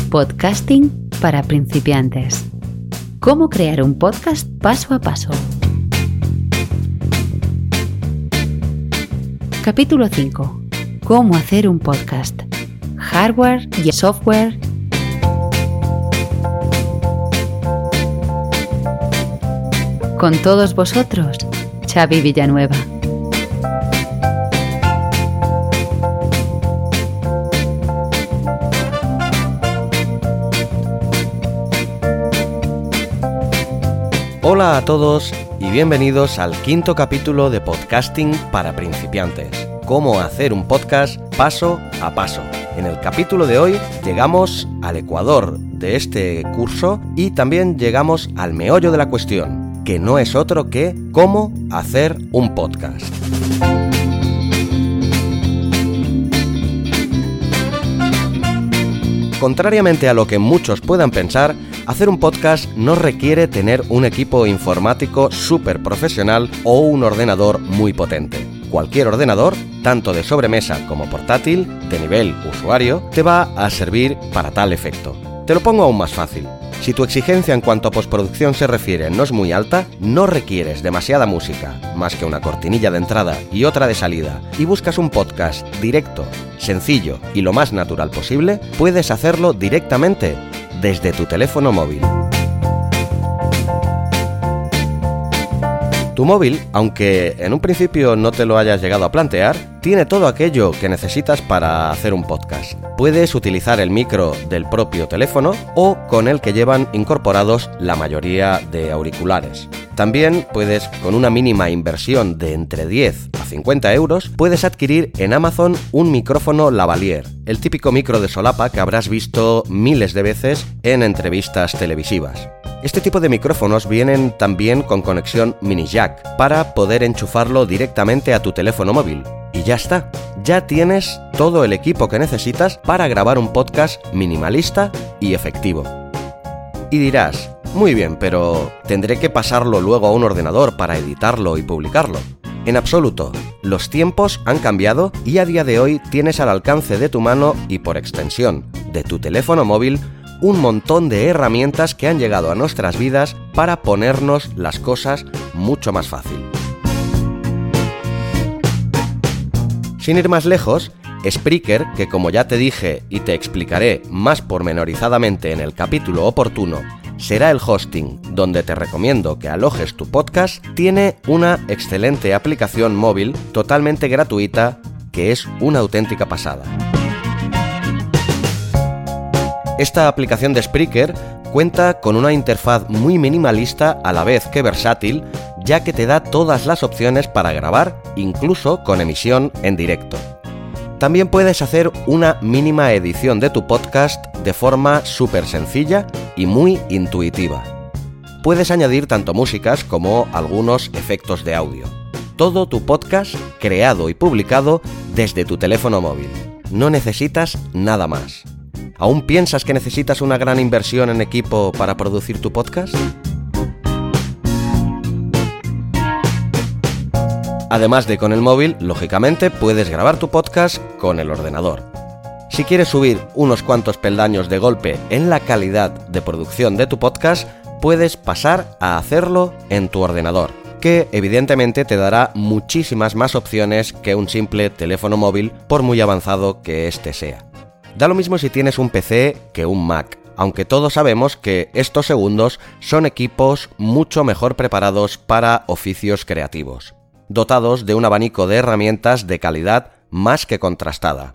Podcasting para principiantes. ¿Cómo crear un podcast paso a paso? Capítulo 5. ¿Cómo hacer un podcast? Hardware y software. Con todos vosotros, Xavi Villanueva. Hola a todos y bienvenidos al quinto capítulo de Podcasting para principiantes. Cómo hacer un podcast paso a paso. En el capítulo de hoy llegamos al ecuador de este curso y también llegamos al meollo de la cuestión, que no es otro que cómo hacer un podcast. Contrariamente a lo que muchos puedan pensar, hacer un podcast no requiere tener un equipo informático súper profesional o un ordenador muy potente. Cualquier ordenador, tanto de sobremesa como portátil, de nivel usuario, te va a servir para tal efecto. Te lo pongo aún más fácil. Si tu exigencia en cuanto a postproducción se refiere no es muy alta, no requieres demasiada música, más que una cortinilla de entrada y otra de salida, y buscas un podcast directo, sencillo y lo más natural posible, puedes hacerlo directamente desde tu teléfono móvil. Tu móvil, aunque en un principio no te lo hayas llegado a plantear, tiene todo aquello que necesitas para hacer un podcast. Puedes utilizar el micro del propio teléfono o con el que llevan incorporados la mayoría de auriculares. También puedes, con una mínima inversión de entre 10 a 50 euros, puedes adquirir en Amazon un micrófono lavalier, el típico micro de solapa que habrás visto miles de veces en entrevistas televisivas. Este tipo de micrófonos vienen también con conexión mini jack para poder enchufarlo directamente a tu teléfono móvil. Y ya está, ya tienes todo el equipo que necesitas para grabar un podcast minimalista y efectivo. Y dirás, muy bien, pero ¿tendré que pasarlo luego a un ordenador para editarlo y publicarlo? En absoluto, los tiempos han cambiado y a día de hoy tienes al alcance de tu mano y por extensión de tu teléfono móvil un montón de herramientas que han llegado a nuestras vidas para ponernos las cosas mucho más fácil. Sin ir más lejos, Spreaker, que como ya te dije y te explicaré más pormenorizadamente en el capítulo oportuno, será el hosting donde te recomiendo que alojes tu podcast, tiene una excelente aplicación móvil totalmente gratuita que es una auténtica pasada. Esta aplicación de Spreaker cuenta con una interfaz muy minimalista a la vez que versátil, ya que te da todas las opciones para grabar, incluso con emisión en directo. También puedes hacer una mínima edición de tu podcast de forma súper sencilla y muy intuitiva. Puedes añadir tanto músicas como algunos efectos de audio. Todo tu podcast creado y publicado desde tu teléfono móvil. No necesitas nada más. ¿Aún piensas que necesitas una gran inversión en equipo para producir tu podcast? Además de con el móvil, lógicamente puedes grabar tu podcast con el ordenador. Si quieres subir unos cuantos peldaños de golpe en la calidad de producción de tu podcast, puedes pasar a hacerlo en tu ordenador, que evidentemente te dará muchísimas más opciones que un simple teléfono móvil, por muy avanzado que éste sea. Da lo mismo si tienes un PC que un Mac, aunque todos sabemos que estos segundos son equipos mucho mejor preparados para oficios creativos, dotados de un abanico de herramientas de calidad más que contrastada.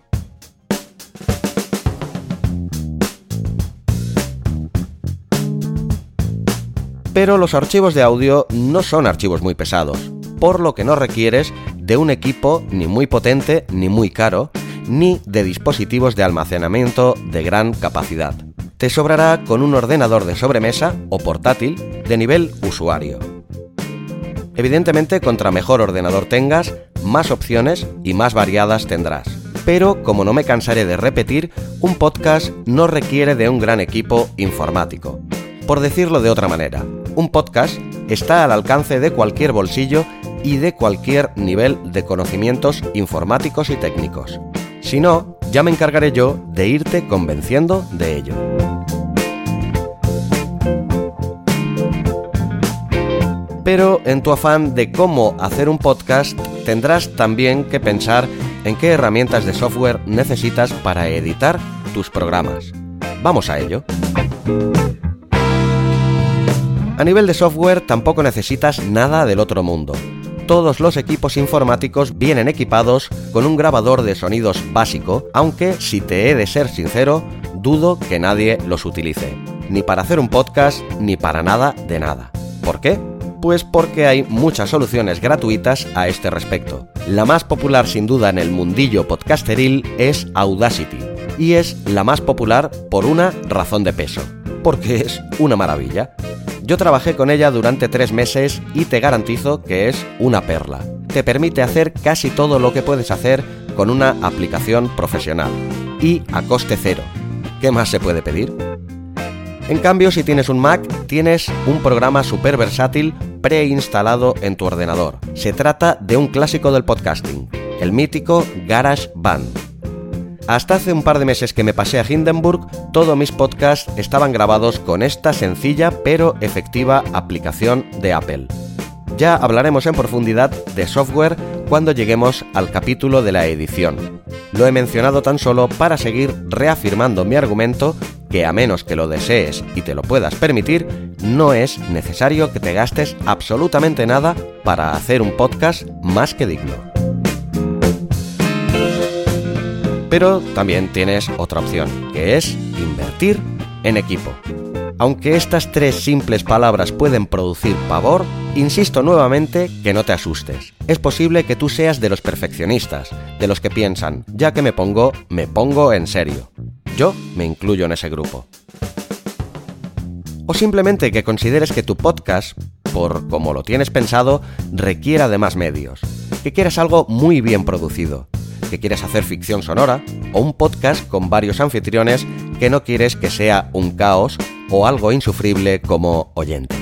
Pero los archivos de audio no son archivos muy pesados, por lo que no requieres de un equipo ni muy potente ni muy caro, ni de dispositivos de almacenamiento de gran capacidad. Te sobrará con un ordenador de sobremesa o portátil de nivel usuario. Evidentemente, contra mejor ordenador tengas, más opciones y más variadas tendrás. Pero, como no me cansaré de repetir, un podcast no requiere de un gran equipo informático. Por decirlo de otra manera, un podcast está al alcance de cualquier bolsillo y de cualquier nivel de conocimientos informáticos y técnicos. Si no, ya me encargaré yo de irte convenciendo de ello. Pero en tu afán de cómo hacer un podcast, tendrás también que pensar en qué herramientas de software necesitas para editar tus programas. Vamos a ello. A nivel de software tampoco necesitas nada del otro mundo. Todos los equipos informáticos vienen equipados con un grabador de sonidos básico, aunque, si te he de ser sincero, dudo que nadie los utilice. Ni para hacer un podcast, ni para nada de nada. ¿Por qué? Pues porque hay muchas soluciones gratuitas a este respecto. La más popular sin duda en el mundillo podcasteril es Audacity, y es la más popular por una razón de peso, porque es una maravilla. Yo trabajé con ella durante 3 meses y te garantizo que es una perla. Te permite hacer casi todo lo que puedes hacer con una aplicación profesional, y a coste cero. ¿Qué más se puede pedir? En cambio, si tienes un Mac, tienes un programa súper versátil preinstalado en tu ordenador. Se trata de un clásico del podcasting, el mítico GarageBand. Hasta hace un par de meses que me pasé a Hindenburg, todos mis podcasts estaban grabados con esta sencilla pero efectiva aplicación de Apple. Ya hablaremos en profundidad de software cuando lleguemos al capítulo de la edición. Lo he mencionado tan solo para seguir reafirmando mi argumento que, a menos que lo desees y te lo puedas permitir, no es necesario que te gastes absolutamente nada para hacer un podcast más que digno. Pero también tienes otra opción, que es invertir en equipo. Aunque estas 3 simples palabras pueden producir pavor, insisto nuevamente que no te asustes. Es posible que tú seas de los perfeccionistas, de los que piensan, ya que me pongo en serio. Yo me incluyo en ese grupo. O simplemente que consideres que tu podcast, por como lo tienes pensado, requiera de más medios. Que quieras algo muy bien producido. Que quieres hacer ficción sonora, o un podcast con varios anfitriones que no quieres que sea un caos o algo insufrible como oyente.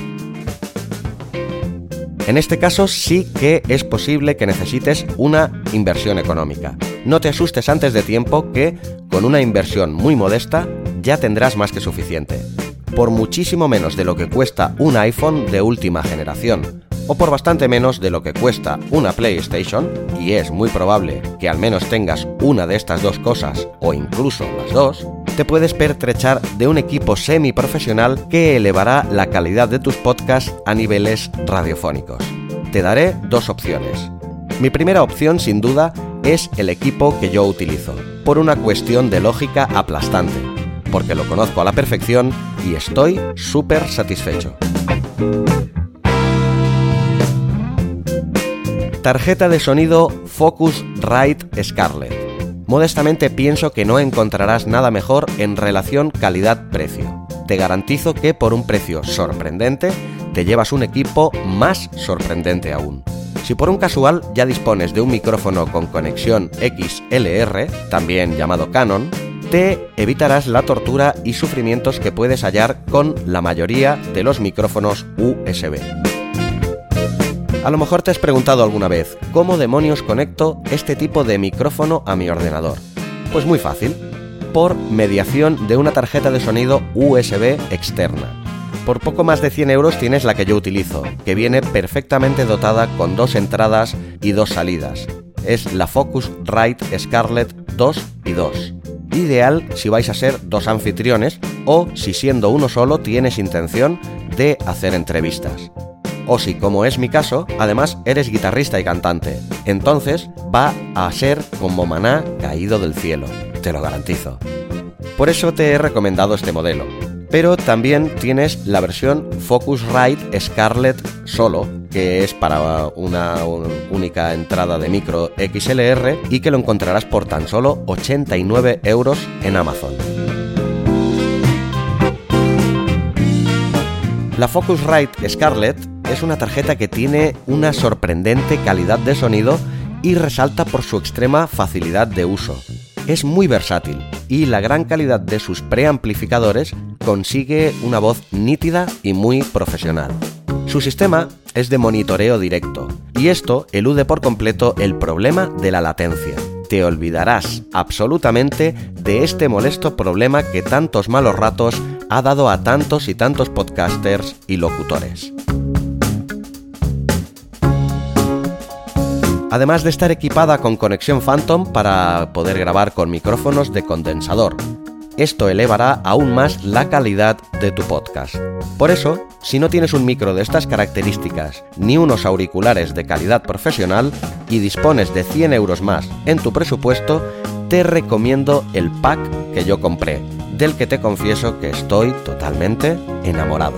En este caso sí que es posible que necesites una inversión económica. No te asustes antes de tiempo que, con una inversión muy modesta, ya tendrás más que suficiente. Por muchísimo menos de lo que cuesta un iPhone de última generación, o por bastante menos de lo que cuesta una PlayStation, y es muy probable que al menos tengas una de estas dos cosas, o incluso las dos, te puedes pertrechar de un equipo semiprofesional que elevará la calidad de tus podcasts a niveles radiofónicos. Te daré 2 opciones. Mi primera opción, sin duda, es el equipo que yo utilizo, por una cuestión de lógica aplastante, porque lo conozco a la perfección y estoy súper satisfecho. Tarjeta de sonido Focusrite Scarlett. Modestamente pienso que no encontrarás nada mejor en relación calidad-precio. Te garantizo que por un precio sorprendente te llevas un equipo más sorprendente aún. Si por un casual ya dispones de un micrófono con conexión XLR, también llamado Canon, te evitarás la tortura y sufrimientos que puedes hallar con la mayoría de los micrófonos USB. A lo mejor te has preguntado alguna vez, ¿cómo demonios conecto este tipo de micrófono a mi ordenador? Pues muy fácil, por mediación de una tarjeta de sonido USB externa. Por poco más de 100 euros tienes la que yo utilizo, que viene perfectamente dotada con 2 entradas y 2 salidas. Es la Focusrite Scarlett 2 y 2. Ideal si vais a ser 2 anfitriones o si siendo uno solo tienes intención de hacer entrevistas. O si, como es mi caso, además eres guitarrista y cantante. Entonces va a ser como maná caído del cielo, te lo garantizo. Por eso te he recomendado este modelo. Pero también tienes la versión Focusrite Scarlett solo, que es para una única entrada de micro XLR y que lo encontrarás por tan solo 89 euros en Amazon. La Focusrite Scarlett es una tarjeta que tiene una sorprendente calidad de sonido y resalta por su extrema facilidad de uso. Es muy versátil y la gran calidad de sus preamplificadores consigue una voz nítida y muy profesional. Su sistema es de monitoreo directo y esto elude por completo el problema de la latencia. Te olvidarás absolutamente de este molesto problema que tantos malos ratos ha dado a tantos y tantos podcasters y locutores. además de estar equipada con conexión Phantom para poder grabar con micrófonos de condensador. Esto elevará aún más la calidad de tu podcast. Por eso, si no tienes un micro de estas características ni unos auriculares de calidad profesional y dispones de 100 euros más en tu presupuesto, te recomiendo el pack que yo compré, del que te confieso que estoy totalmente enamorado.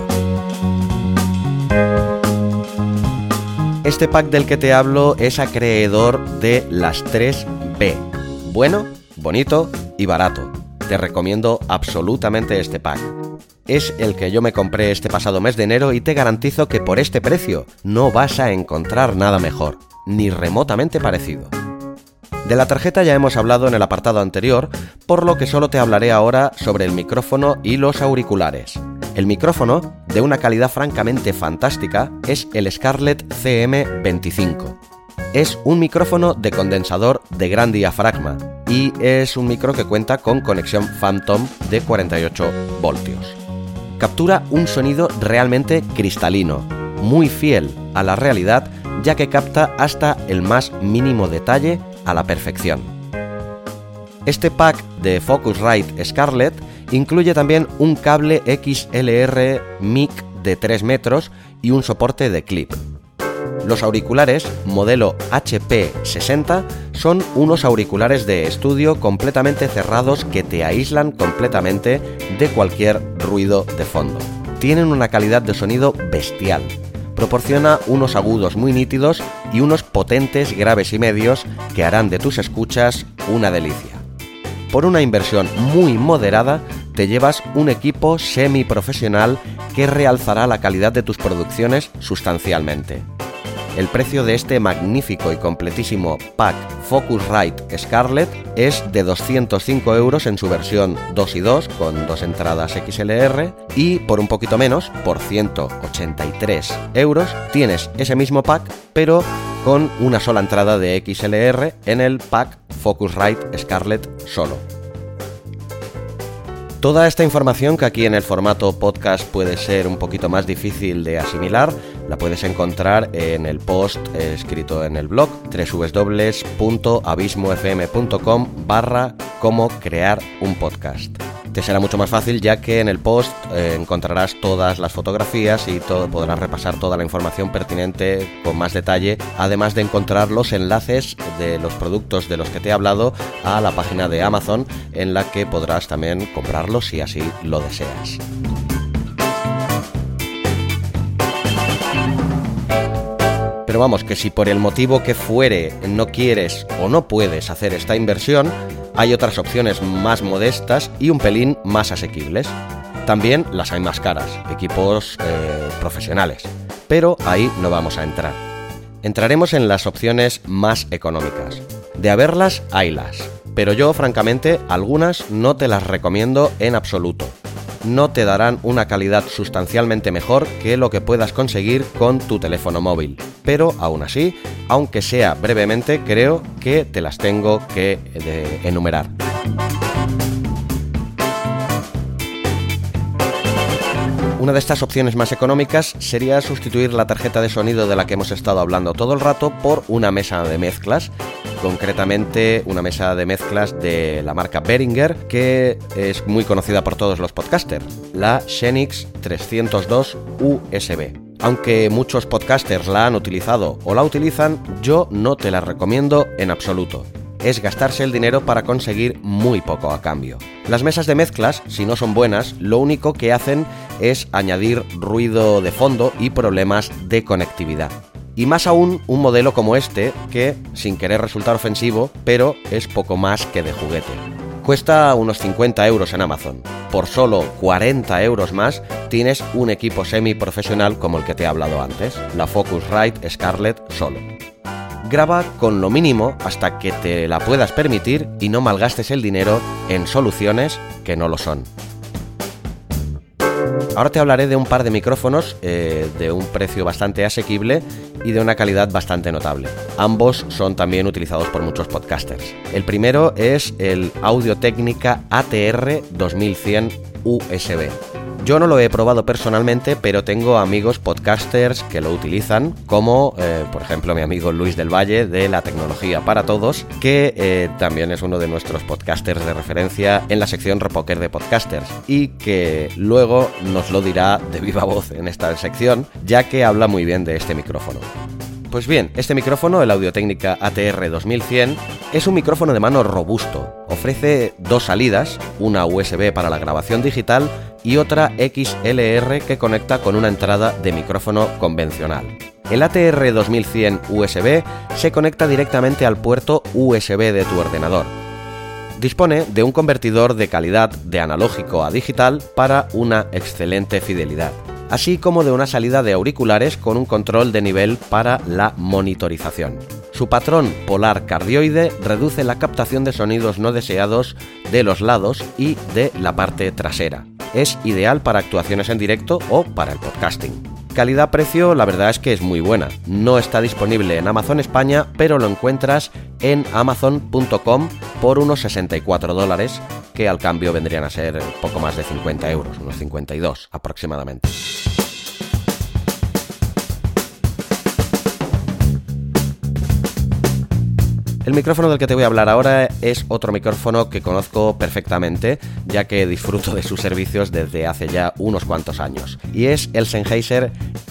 Este pack del que te hablo es acreedor de las 3 B: bueno, bonito y barato. Te recomiendo absolutamente este pack. Es el que yo me compré este pasado mes de enero y te garantizo que por este precio no vas a encontrar nada mejor, ni remotamente parecido. De la tarjeta ya hemos hablado en el apartado anterior, por lo que solo te hablaré ahora sobre el micrófono y los auriculares. El micrófono, de una calidad francamente fantástica, es el Scarlett CM25. Es un micrófono de condensador de gran diafragma y es un micro que cuenta con conexión Phantom de 48 voltios. Captura un sonido realmente cristalino, muy fiel a la realidad, ya que capta hasta el más mínimo detalle a la perfección. Este pack de Focusrite Scarlett incluye también un cable XLR mic de 3 metros y un soporte de clip. Los auriculares modelo HP60 son unos auriculares de estudio completamente cerrados que te aíslan completamente de cualquier ruido de fondo. Tienen una calidad de sonido bestial. Proporciona unos agudos muy nítidos y unos potentes graves y medios que harán de tus escuchas una delicia. Por una inversión muy moderada, te llevas un equipo semiprofesional que realzará la calidad de tus producciones sustancialmente. El precio de este magnífico y completísimo pack Focusrite Scarlett es de 205 euros en su versión 2 y 2 con 2 entradas XLR y por un poquito menos, por 183 euros, tienes ese mismo pack pero con una sola entrada de XLR en el pack Focusrite Scarlett solo. Toda esta información, que aquí en el formato podcast puede ser un poquito más difícil de asimilar, la puedes encontrar en el post escrito en el blog www.abismofm.com/cómo crear un podcast. Te será mucho más fácil ya que en el post encontrarás todas las fotografías y podrás repasar toda la información pertinente con más detalle, además de encontrar los enlaces de los productos de los que te he hablado a la página de Amazon, en la que podrás también comprarlos si así lo deseas. Pero vamos, que si por el motivo que fuere no quieres o no puedes hacer esta inversión, hay otras opciones más modestas y un pelín más asequibles. También las hay más caras, equipos profesionales, pero ahí no vamos a entrar. Entraremos en las opciones más económicas. De haberlas, haylas, pero yo francamente algunas no te las recomiendo en absoluto. No te darán una calidad sustancialmente mejor que lo que puedas conseguir con tu teléfono móvil. Pero aún así, aunque sea brevemente, creo que te las tengo que enumerar. Una de estas opciones más económicas sería sustituir la tarjeta de sonido de la que hemos estado hablando todo el rato por una mesa de mezclas, concretamente una mesa de mezclas de la marca Behringer, que es muy conocida por todos los podcasters, la Xenix 302 USB. Aunque muchos podcasters la han utilizado o la utilizan, yo no te la recomiendo en absoluto. Es gastarse el dinero para conseguir muy poco a cambio. Las mesas de mezclas, si no son buenas, lo único que hacen es añadir ruido de fondo y problemas de conectividad. Y más aún un modelo como este, que, sin querer resultar ofensivo, pero es poco más que de juguete. Cuesta unos 50 euros en Amazon. Por solo 40 euros más tienes un equipo semiprofesional como el que te he hablado antes, la Focusrite Scarlett solo. Graba con lo mínimo hasta que te la puedas permitir y no malgastes el dinero en soluciones que no lo son. Ahora te hablaré de un par de micrófonos de un precio bastante asequible y de una calidad bastante notable. Ambos son también utilizados por muchos podcasters. El primero es el Audio-Technica ATR 2100 USB. Yo no lo he probado personalmente, pero tengo amigos podcasters que lo utilizan, como por ejemplo mi amigo Luis del Valle de La Tecnología para Todos, que también es uno de nuestros podcasters de referencia en la sección Repoker de Podcasters, y que luego nos lo dirá de viva voz en esta sección, ya que habla muy bien de este micrófono. Pues bien, este micrófono, el Audio-Technica ATR 2100, es un micrófono de mano robusto. Ofrece dos salidas, una USB para la grabación digital y otra XLR que conecta con una entrada de micrófono convencional. El ATR 2100 USB se conecta directamente al puerto USB de tu ordenador. Dispone de un convertidor de calidad de analógico a digital para una excelente fidelidad, así como de una salida de auriculares con un control de nivel para la monitorización. Su patrón polar cardioide reduce la captación de sonidos no deseados de los lados y de la parte trasera. Es ideal para actuaciones en directo o para el podcasting. Calidad-precio, la verdad es que es muy buena. No está disponible en Amazon España, pero lo encuentras en amazon.com por unos $64, que al cambio vendrían a ser poco más de 50 euros, unos 52 aproximadamente. El micrófono del que te voy a hablar ahora es otro micrófono que conozco perfectamente, ya que disfruto de sus servicios desde hace ya unos cuantos años, y es el Sennheiser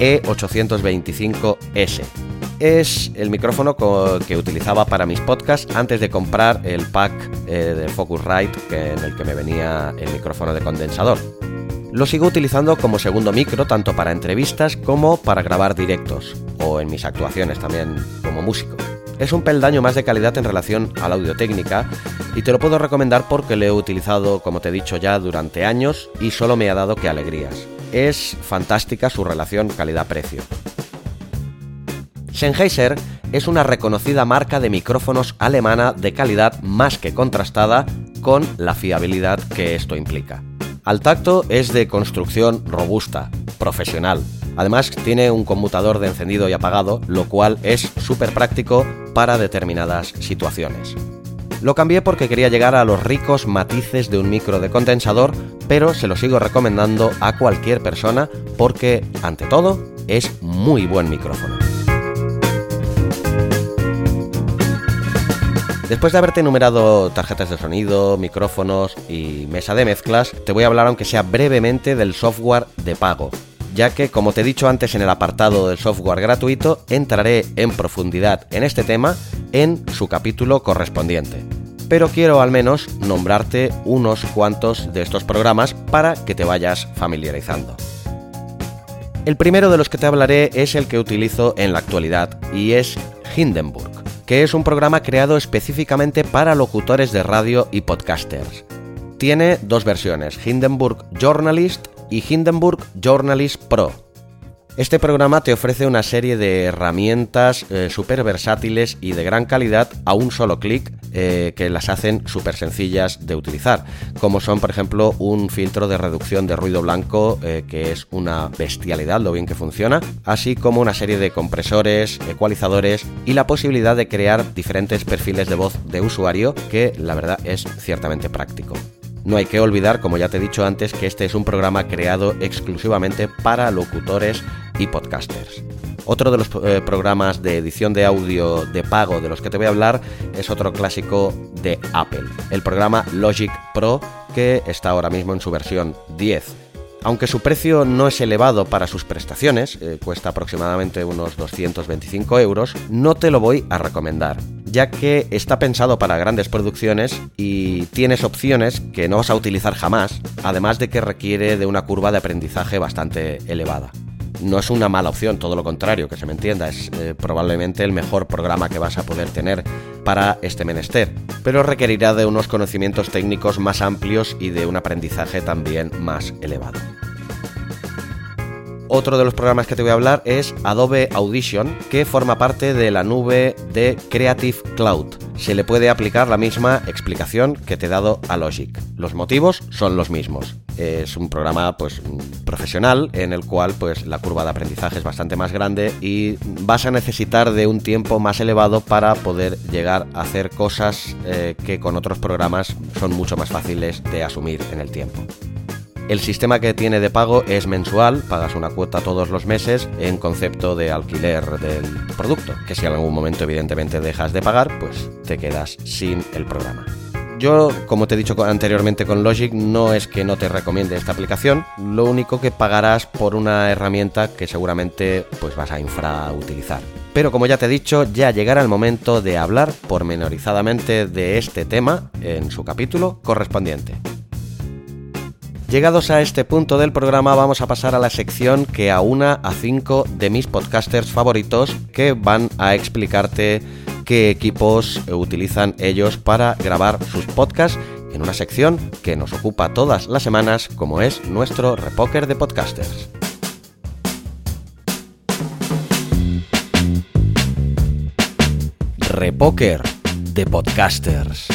E825S. Es el micrófono que utilizaba para mis podcasts antes de comprar el pack de Focusrite en el que me venía el micrófono de condensador. Lo sigo utilizando como segundo micro tanto para entrevistas como para grabar directos, o en mis actuaciones también como músico. Es un peldaño más de calidad en relación a la Audio-Technica y te lo puedo recomendar porque lo he utilizado, como te he dicho ya, durante años y solo me ha dado que alegrías. Es fantástica su relación calidad-precio. Sennheiser es una reconocida marca de micrófonos alemana de calidad más que contrastada con la fiabilidad que esto implica. Al tacto es de construcción robusta, profesional. Además tiene un conmutador de encendido y apagado, lo cual es súper práctico para determinadas situaciones. Lo cambié porque quería llegar a los ricos matices de un micro de condensador, pero se lo sigo recomendando a cualquier persona porque, ante todo, es muy buen micrófono. Después de haberte enumerado tarjetas de sonido, micrófonos y mesa de mezclas, te voy a hablar aunque sea brevemente del software de pago, ya que, como te he dicho antes en el apartado del software gratuito, entraré en profundidad en este tema en su capítulo correspondiente. Pero quiero al menos nombrarte unos cuantos de estos programas para que te vayas familiarizando. El primero de los que te hablaré es el que utilizo en la actualidad y es Hindenburg, que es un programa creado específicamente para locutores de radio y podcasters. Tiene dos versiones, Hindenburg Journalist y Hindenburg Journalist Pro. Este programa te ofrece una serie de herramientas súper versátiles y de gran calidad a un solo clic, que las hacen súper sencillas de utilizar, como son por ejemplo un filtro de reducción de ruido blanco que es una bestialidad lo bien que funciona, así como una serie de compresores, ecualizadores y la posibilidad de crear diferentes perfiles de voz de usuario, que la verdad es ciertamente práctico. No hay que olvidar, como ya te he dicho antes, que este es un programa creado exclusivamente para locutores y podcasters. Otro de los programas de edición de audio de pago de los que te voy a hablar es otro clásico de Apple, el programa Logic Pro, que está ahora mismo en su versión 10. Aunque su precio no es elevado para sus prestaciones, cuesta aproximadamente unos 225 euros, no te lo voy a recomendar, ya que está pensado para grandes producciones y tienes opciones que no vas a utilizar jamás, además de que requiere de una curva de aprendizaje bastante elevada. No es una mala opción, todo lo contrario, que se me entienda, es probablemente el mejor programa que vas a poder tener para este menester, pero requerirá de unos conocimientos técnicos más amplios y de un aprendizaje también más elevado. Otro de los programas que te voy a hablar es Adobe Audition, que forma parte de la nube de Creative Cloud. Se le puede aplicar la misma explicación que te he dado a Logic. Los motivos son los mismos. Es un programa profesional en el cual la curva de aprendizaje es bastante más grande y vas a necesitar de un tiempo más elevado para poder llegar a hacer cosas que con otros programas son mucho más fáciles de asumir en el tiempo. El sistema que tiene de pago es mensual, pagas una cuota todos los meses en concepto de alquiler del producto, que si en algún momento evidentemente dejas de pagar, pues te quedas sin el programa. Yo, como te he dicho anteriormente con Logic, no es que no te recomiende esta aplicación, lo único que pagarás por una herramienta que seguramente pues vas a infrautilizar. Pero como ya te he dicho, ya llegará el momento de hablar pormenorizadamente de este tema en su capítulo correspondiente. Llegados a este punto del programa, vamos a pasar a la sección que aúna a 5 de mis podcasters favoritos que van a explicarte qué equipos utilizan ellos para grabar sus podcasts en una sección que nos ocupa todas las semanas, como es nuestro Repoker de Podcasters. Repoker de Podcasters.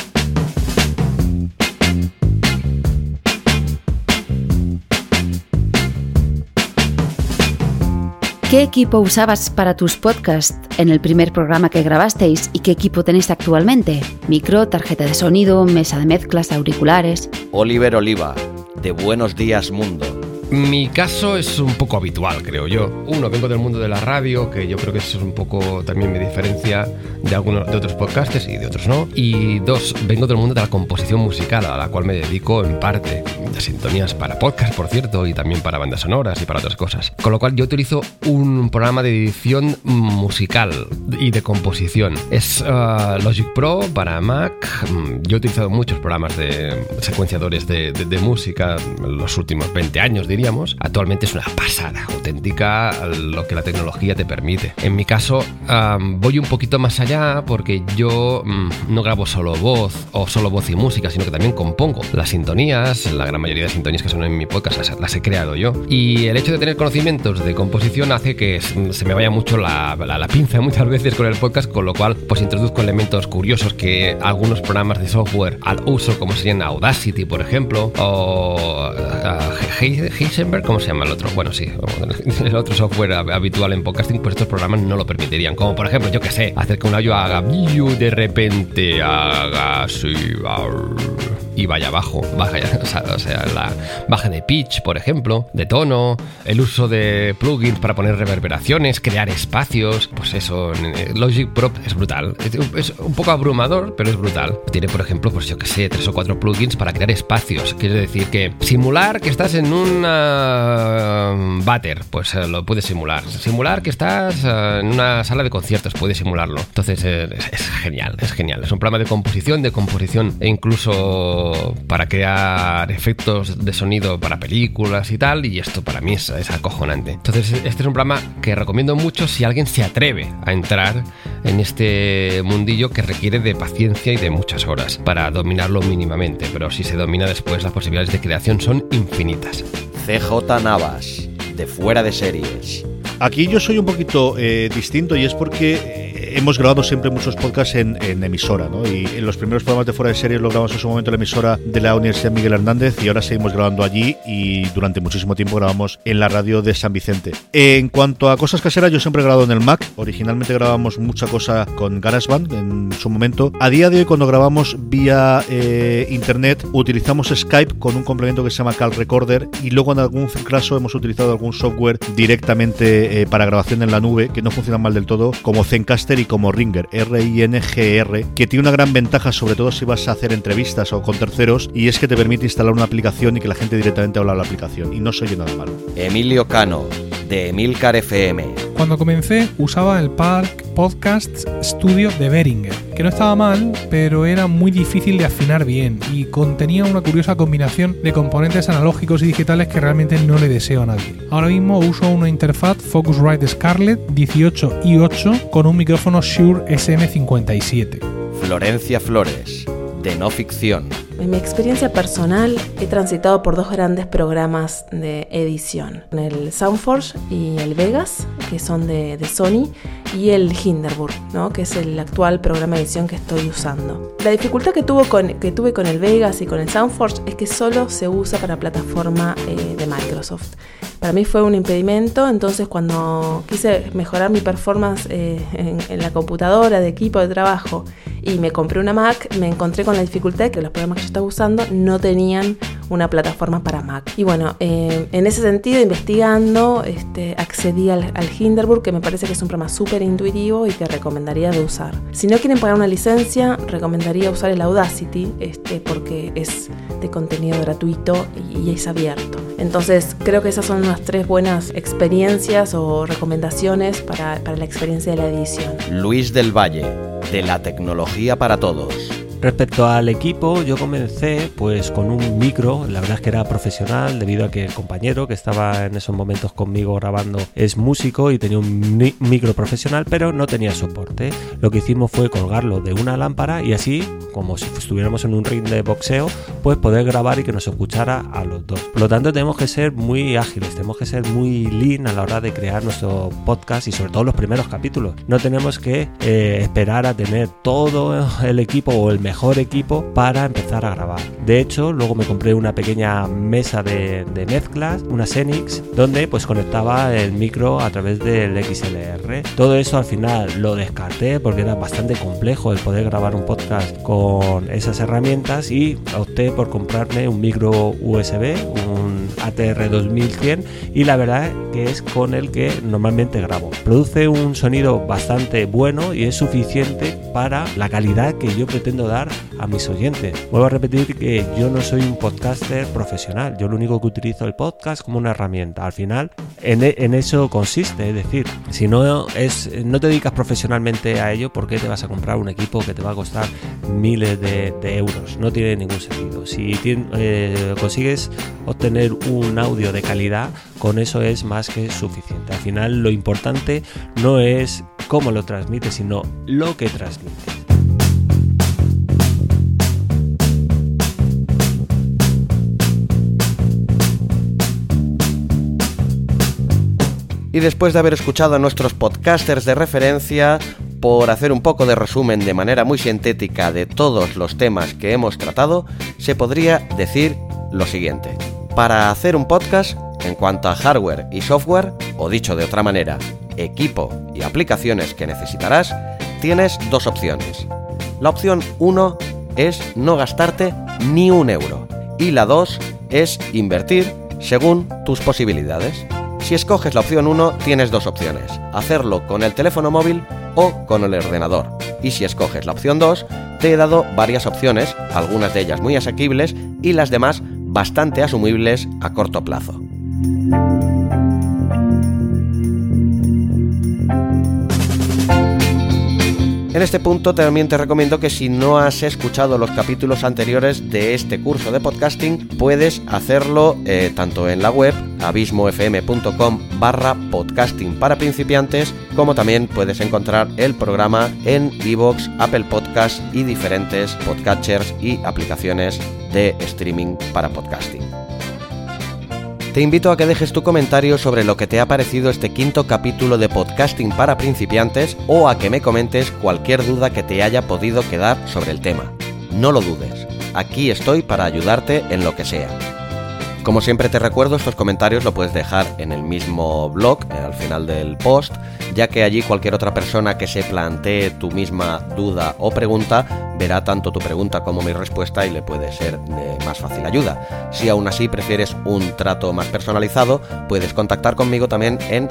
¿Qué equipo usabas para tus podcasts en el primer programa que grabasteis y qué equipo tenéis actualmente? ¿Micro, tarjeta de sonido, mesa de mezclas, auriculares? Oliver Oliva, de Buenos Días Mundo. Mi caso es un poco habitual, creo yo. Uno, vengo del mundo de la radio, que yo creo que eso es un poco también mi diferencia de algunos de otros podcasters y de otros no. Y dos, vengo del mundo de la composición musical, a la cual me dedico en parte. De sintonías para podcast, por cierto, y también para bandas sonoras y para otras cosas. Con lo cual yo utilizo un programa de edición musical y de composición. Es Logic Pro para Mac. Yo he utilizado muchos programas de secuenciadores de música en los últimos 20 años, diríamos. Actualmente es una pasada auténtica lo que la tecnología te permite. En mi caso, voy un poquito más allá porque yo no grabo solo voz o solo voz y música, sino que también compongo las sintonías. La gran mayoría de sintonías que son en mi podcast las he creado yo. Y el hecho de tener conocimientos de composición hace que se me vaya mucho la pinza muchas veces con el podcast, con lo cual pues introduzco elementos curiosos que algunos programas de software al uso, como serían Audacity, por ejemplo, o Heisenberg, ¿cómo se llama el otro? Bueno, sí, el otro software habitual en podcasting, pues estos programas no lo permitirían. Como por ejemplo, yo que sé, hacer que un audio haga de repente haga así y vaya abajo, o sea, la baja de pitch, por ejemplo, de tono, el uso de plugins para poner reverberaciones, crear espacios, pues eso, Logic Pro es brutal. Es un poco abrumador, pero es brutal. Tiene, por ejemplo, pues yo que sé, 3 o 4 plugins para crear espacios. Quiere decir que simular que estás en un váter, pues lo puedes simular. Simular que estás en una sala de conciertos, puedes simularlo. Entonces es genial, es genial. Es un programa de composición e incluso para crear efectos de sonido para películas y tal, y esto para mí es acojonante. Entonces este es un programa que recomiendo mucho si alguien se atreve a entrar en este mundillo que requiere de paciencia y de muchas horas para dominarlo mínimamente, pero si se domina después las posibilidades de creación son infinitas. CJ Navas, de Fuera de Series. Aquí yo soy un poquito distinto, y es porque hemos grabado siempre muchos podcasts en emisora, ¿no? Y en los primeros programas de Fuera de Series lo grabamos en su momento en la emisora de la Universidad Miguel Hernández, y ahora seguimos grabando allí, y durante muchísimo tiempo grabamos en la radio de San Vicente. En cuanto a cosas caseras, yo siempre he grabado en el Mac. Originalmente grabábamos mucha cosa con GarageBand en su momento. A día de hoy, cuando grabamos vía internet, utilizamos Skype con un complemento que se llama Call Recorder, y luego en algún caso hemos utilizado algún software directamente para grabación en la nube, que no funcionan mal del todo, como Zencastr y como Ringer, R-I-N-G-R, que tiene una gran ventaja, sobre todo si vas a hacer entrevistas o con terceros, y es que te permite instalar una aplicación y que la gente directamente habla de la aplicación, y no se oye nada malo. Emilio Cano, de Emilcar FM. Cuando comencé usaba el Park Podcast Studio de Behringer, que no estaba mal, pero era muy difícil de afinar bien y contenía una curiosa combinación de componentes analógicos y digitales que realmente no le deseo a nadie. Ahora mismo uso una interfaz Focusrite Scarlett 18i8 con un micrófono Shure SM57. Florencia Flores, de No Ficción. En mi experiencia personal he transitado por 2 grandes programas de edición, el Soundforge y el Vegas, que son de Sony, y el Hindenburg, ¿no? Que es el actual programa de edición que estoy usando. La dificultad que tuve con el Vegas y con el Soundforge es que solo se usa para plataforma de Microsoft. Para mí fue un impedimento, entonces cuando quise mejorar mi performance en la computadora de equipo de trabajo y me compré una Mac, me encontré con la dificultad de que los programas que yo estaba usando no tenían una plataforma para Mac. Y bueno, en ese sentido, investigando, accedí al Hindenburg, que me parece que es un programa súper intuitivo y que recomendaría de usar. Si no quieren pagar una licencia, recomendaría usar el Audacity, porque es de contenido gratuito y es abierto. Entonces creo que esas son unas 3 buenas experiencias o recomendaciones para la experiencia de la edición. Luis del Valle, de la tecnología para todos. Respecto al equipo, yo comencé pues con un micro, la verdad es que era profesional debido a que el compañero que estaba en esos momentos conmigo grabando es músico y tenía un micro profesional, pero no tenía soporte. Lo que hicimos fue colgarlo de una lámpara y así, como si estuviéramos en un ring de boxeo, pues poder grabar y que nos escuchara a los dos. Por lo tanto, tenemos que ser muy ágiles, tenemos que ser muy lean a la hora de crear nuestro podcast y sobre todo los primeros capítulos. No tenemos que esperar a tener todo el equipo o el mejor equipo para empezar a grabar. De hecho, luego me compré una pequeña mesa de mezclas, una Xenix, donde pues conectaba el micro a través del XLR. Todo eso al final lo descarté porque era bastante complejo el poder grabar un podcast con esas herramientas y opté por comprarme un micro USB, un ATR 2100, y la verdad que es con el que normalmente grabo. Produce un sonido bastante bueno y es suficiente para la calidad que yo pretendo dar a mis oyentes. Vuelvo a repetir que yo no soy un podcaster profesional, yo lo único que utilizo el podcast como una herramienta. Al final en eso consiste, es decir, si no te dedicas profesionalmente a ello, ¿por qué te vas a comprar un equipo que te va a costar miles de euros? No tiene ningún sentido. Si consigues obtener un audio de calidad, con eso es más que suficiente. Al final lo importante no es cómo lo transmites, sino lo que transmites. Y después de haber escuchado a nuestros podcasters de referencia, por hacer un poco de resumen de manera muy sintética de todos los temas que hemos tratado, se podría decir lo siguiente. Para hacer un podcast, en cuanto a hardware y software, o dicho de otra manera, equipo y aplicaciones que necesitarás, tienes 2 opciones. La opción 1 es no gastarte ni un euro, y la 2 es invertir según tus posibilidades. Si escoges la opción 1, tienes 2 opciones, hacerlo con el teléfono móvil o con el ordenador. Y si escoges la opción 2, te he dado varias opciones, algunas de ellas muy asequibles y las demás bastante asumibles a corto plazo. En este punto también te recomiendo que si no has escuchado los capítulos anteriores de este curso de podcasting, puedes hacerlo tanto en la web abismofm.com/podcasting para principiantes, como también puedes encontrar el programa en iVoox, Apple Podcasts y diferentes podcatchers y aplicaciones de streaming para podcasting. Te invito a que dejes tu comentario sobre lo que te ha parecido este 5º capítulo de podcasting para principiantes o a que me comentes cualquier duda que te haya podido quedar sobre el tema. No lo dudes, aquí estoy para ayudarte en lo que sea. Como siempre te recuerdo, estos comentarios lo puedes dejar en el mismo blog, al final del post, ya que allí cualquier otra persona que se plantee tu misma duda o pregunta verá tanto tu pregunta como mi respuesta y le puede ser de más fácil ayuda. Si aún así prefieres un trato más personalizado, puedes contactar conmigo también en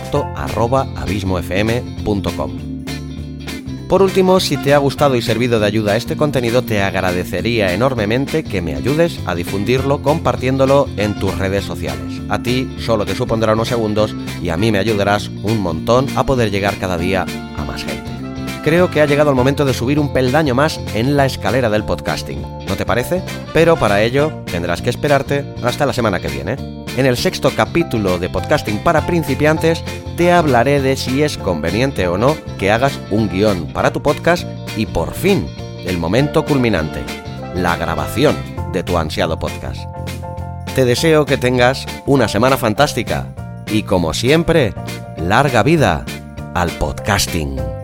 contacto@abismofm.com. Por último, si te ha gustado y servido de ayuda este contenido, te agradecería enormemente que me ayudes a difundirlo compartiéndolo en tus redes sociales. A ti solo te supondrá unos segundos y a mí me ayudarás un montón a poder llegar cada día a más gente. Creo que ha llegado el momento de subir un peldaño más en la escalera del podcasting, ¿no te parece? Pero para ello tendrás que esperarte hasta la semana que viene. En el 6º capítulo de Podcasting para principiantes te hablaré de si es conveniente o no que hagas un guión para tu podcast y por fin, el momento culminante, la grabación de tu ansiado podcast. Te deseo que tengas una semana fantástica y como siempre, larga vida al podcasting.